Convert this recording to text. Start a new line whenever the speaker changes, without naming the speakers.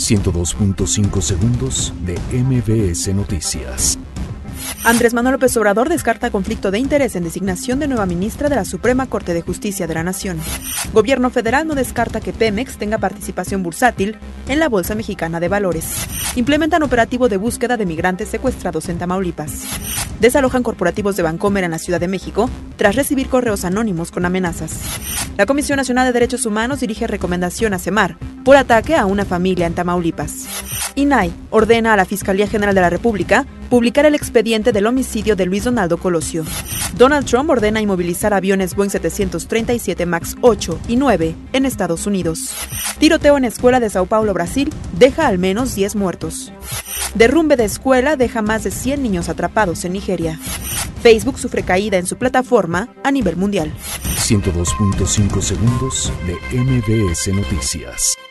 102.5 segundos de MBS Noticias.
Andrés Manuel López Obrador descarta conflicto de interés en designación de nueva ministra de la Suprema Corte de Justicia de la Nación. Gobierno federal no descarta que Pemex tenga participación bursátil en la Bolsa Mexicana de Valores. Implementan operativo de búsqueda de migrantes secuestrados en Tamaulipas. Desalojan corporativos de Bancomer en la Ciudad de México tras recibir correos anónimos con amenazas. La Comisión Nacional de Derechos Humanos dirige recomendación a Semar por ataque a una familia en Tamaulipas. INAI ordena a la Fiscalía General de la República publicar el expediente del homicidio de Luis Donaldo Colosio. Donald Trump ordena inmovilizar aviones Boeing 737 MAX 8 y 9 en Estados Unidos. Tiroteo en escuela de Sao Paulo, Brasil, deja al menos 10 muertos. Derrumbe de escuela deja más de 100 niños atrapados en Nigeria. Facebook sufre caída en su plataforma a nivel mundial.
102.5 segundos de MBS Noticias.